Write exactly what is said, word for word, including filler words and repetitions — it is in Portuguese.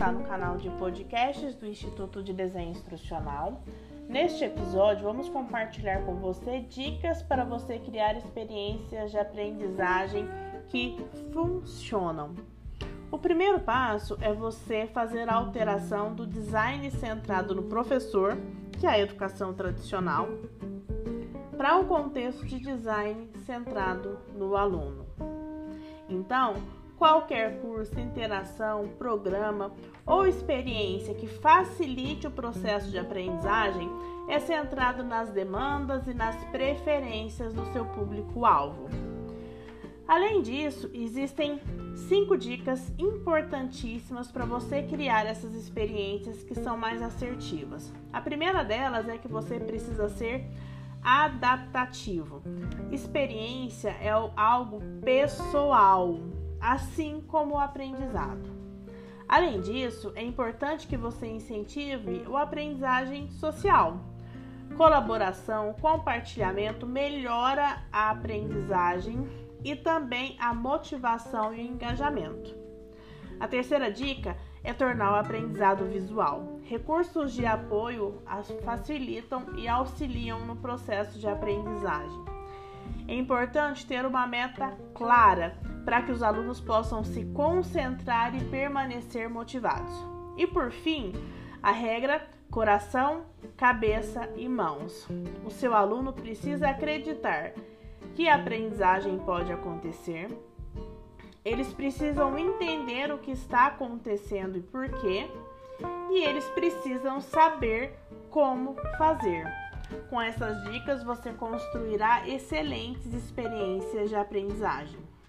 está no canal de podcasts do Instituto de Desenho Instrucional. Neste episódio, vamos compartilhar com você dicas para você criar experiências de aprendizagem que funcionam. O primeiro passo é você fazer a alteração do design centrado no professor, que é a educação tradicional, para um contexto de design centrado no aluno. Então, qualquer curso, interação, programa ou experiência que facilite o processo de aprendizagem é centrado nas demandas e nas preferências do seu público-alvo. Além disso, existem cinco dicas importantíssimas para você criar essas experiências que são mais assertivas. A primeira delas é que você precisa ser adaptativo. Experiência é algo pessoal, assim como o aprendizado. Além disso, é importante que você incentive a aprendizagem social. Colaboração, compartilhamento melhora a aprendizagem e também a motivação e o engajamento. A terceira dica é tornar o aprendizado visual. Recursos de apoio facilitam e auxiliam no processo de aprendizagem. É importante ter uma meta clara para que os alunos possam se concentrar e permanecer motivados. E por fim, a regra coração, cabeça e mãos. O seu aluno precisa acreditar que a aprendizagem pode acontecer. Eles precisam entender o que está acontecendo e por quê, e eles precisam saber como fazer. Com essas dicas, você construirá excelentes experiências de aprendizagem.